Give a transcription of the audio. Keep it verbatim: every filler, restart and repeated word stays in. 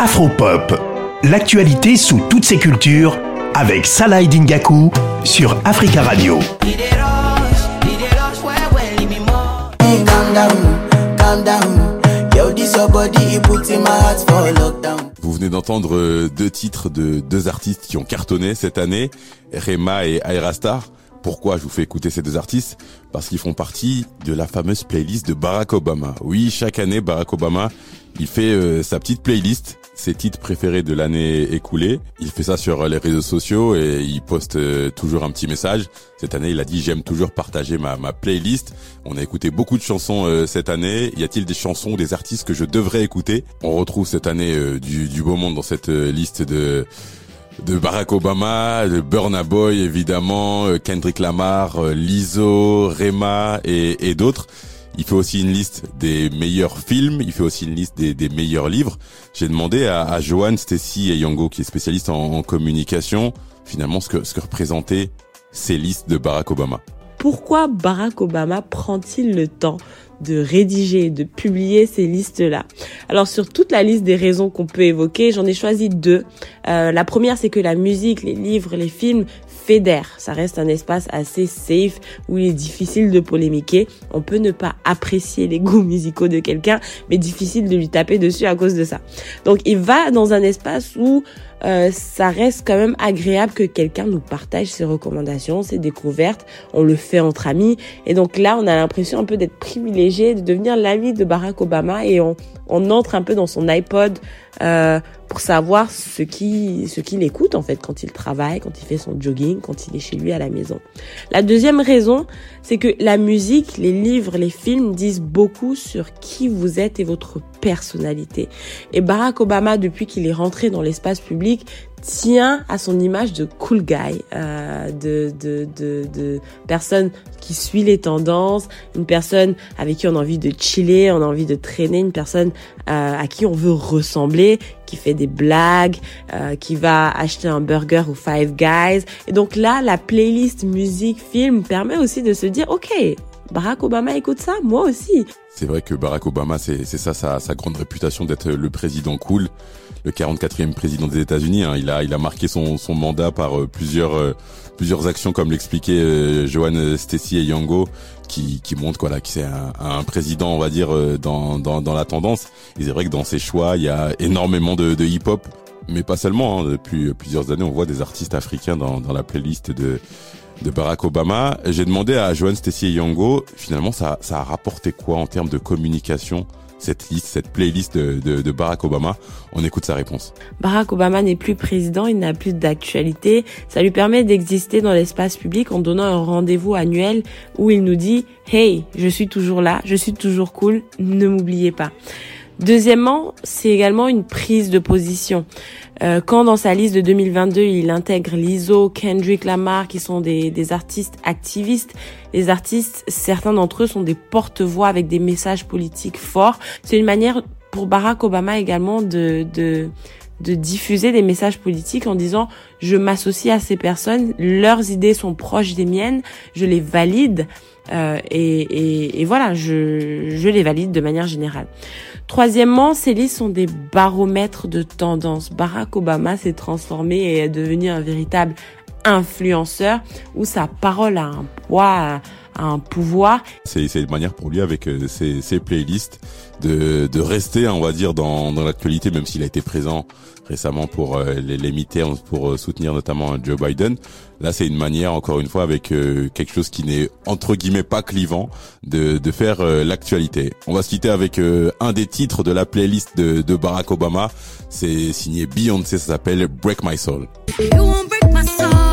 Afropop, l'actualité sous toutes ses cultures avec Salah Dingaku sur Africa Radio. Vous venez d'entendre deux titres de deux artistes qui ont cartonné cette année, Rema et Ayra Starr. Pourquoi je vous fais écouter ces deux artistes? Parce qu'ils font partie de la fameuse playlist de Barack Obama. Oui, chaque année, Barack Obama, il fait euh, sa petite playlist, ses titres préférés de l'année écoulée. Il fait ça sur les réseaux sociaux et il poste euh, toujours un petit message. Cette année, il a dit « J'aime toujours partager ma, ma playlist ». On a écouté beaucoup de chansons euh, cette année. Y a-t-il des chansons ou des artistes que je devrais écouter? On retrouve cette année euh, du, du beau monde dans cette euh, liste de... de Barack Obama, de Burna Boy évidemment, Kendrick Lamar, Lizzo, Rema et, et d'autres. Il fait aussi une liste des meilleurs films, il fait aussi une liste des, des meilleurs livres. J'ai demandé à, à Joanne, Stacy et Yango, qui est spécialiste en, en communication, finalement ce que, ce que représentaient ces listes de Barack Obama. Pourquoi Barack Obama prend-il le temps de rédiger, de publier ces listes-là? Alors, sur toute la liste des raisons qu'on peut évoquer, j'en ai choisi deux. Euh, la première, c'est que la musique, les livres, les films fédèrent. Ça reste un espace assez safe où il est difficile de polémiquer. On peut ne pas apprécier les goûts musicaux de quelqu'un, mais difficile de lui taper dessus à cause de ça. Donc, il va dans un espace où Euh, ça reste quand même agréable que quelqu'un nous partage ses recommandations, ses découvertes. On le fait entre amis. Et donc là, on a l'impression un peu d'être privilégié, de devenir l'ami de Barack Obama et on, on entre un peu dans son iPod euh, pour savoir ce qui, ce qu'il écoute en fait quand il travaille, quand il fait son jogging, quand il est chez lui à la maison. La deuxième raison, c'est que la musique, les livres, les films disent beaucoup sur qui vous êtes et votre personnalité. Et Barack Obama, depuis qu'il est rentré dans l'espace public, tient à son image de cool guy, euh, de, de, de, de personne qui suit les tendances, une personne avec qui on a envie de chiller, on a envie de traîner, une personne euh, à qui on veut ressembler, qui fait des blagues, euh, qui va acheter un burger au Five Guys. Et donc là, la playlist musique, film permet aussi de se dire, ok, Barack Obama écoute ça, moi aussi. C'est vrai que Barack Obama, c'est, c'est ça sa, sa grande réputation d'être le président cool, le quarante-quatrième président des États-Unis. Hein. Il a, il a marqué son, son mandat par euh, plusieurs, euh, plusieurs actions, comme l'expliquait euh, Joanne, Stacy et Yango, qui, qui montrent quoi là, que c'est un, un président, on va dire, euh, dans, dans, dans la tendance. Et c'est vrai que dans ses choix, il y a énormément de, de hip-hop, mais pas seulement. Hein. Depuis plusieurs années, on voit des artistes africains dans, dans la playlist de de Barack Obama. J'ai demandé à Joanne, Stacy et Yango, finalement, ça, ça a rapporté quoi en termes de communication, cette liste, cette playlist de, de, de Barack Obama? On écoute sa réponse. Barack Obama n'est plus président, il n'a plus d'actualité. Ça lui permet d'exister dans l'espace public en donnant un rendez-vous annuel où il nous dit « Hey, je suis toujours là, je suis toujours cool, ne m'oubliez pas ». Deuxièmement, c'est également une prise de position. Euh, quand dans sa liste de deux mille vingt-deux, il intègre Lizzo, Kendrick Lamar, qui sont des, des artistes activistes, les artistes, certains d'entre eux sont des porte-voix avec des messages politiques forts. C'est une manière pour Barack Obama également de, de, de diffuser des messages politiques en disant « Je m'associe à ces personnes, leurs idées sont proches des miennes, je les valide. Euh, » et, et, et voilà, je, je les valide de manière générale. Troisièmement, ces listes sont des baromètres de tendance. Barack Obama s'est transformé et est devenu un véritable influenceur où sa parole a un poids, a un pouvoir. C'est, c'est une manière pour lui, avec euh, ses, ses playlists, de, de rester, on va dire, dans, dans l'actualité, même s'il a été présent récemment pour euh, les, les midterms, pour euh, soutenir notamment Joe Biden. Là, c'est une manière, encore une fois, avec euh, quelque chose qui n'est, entre guillemets, pas clivant, de, de faire euh, l'actualité. On va se quitter avec euh, un des titres de la playlist de, de Barack Obama. C'est signé Beyoncé, ça s'appelle Break My Soul. You won't break my soul.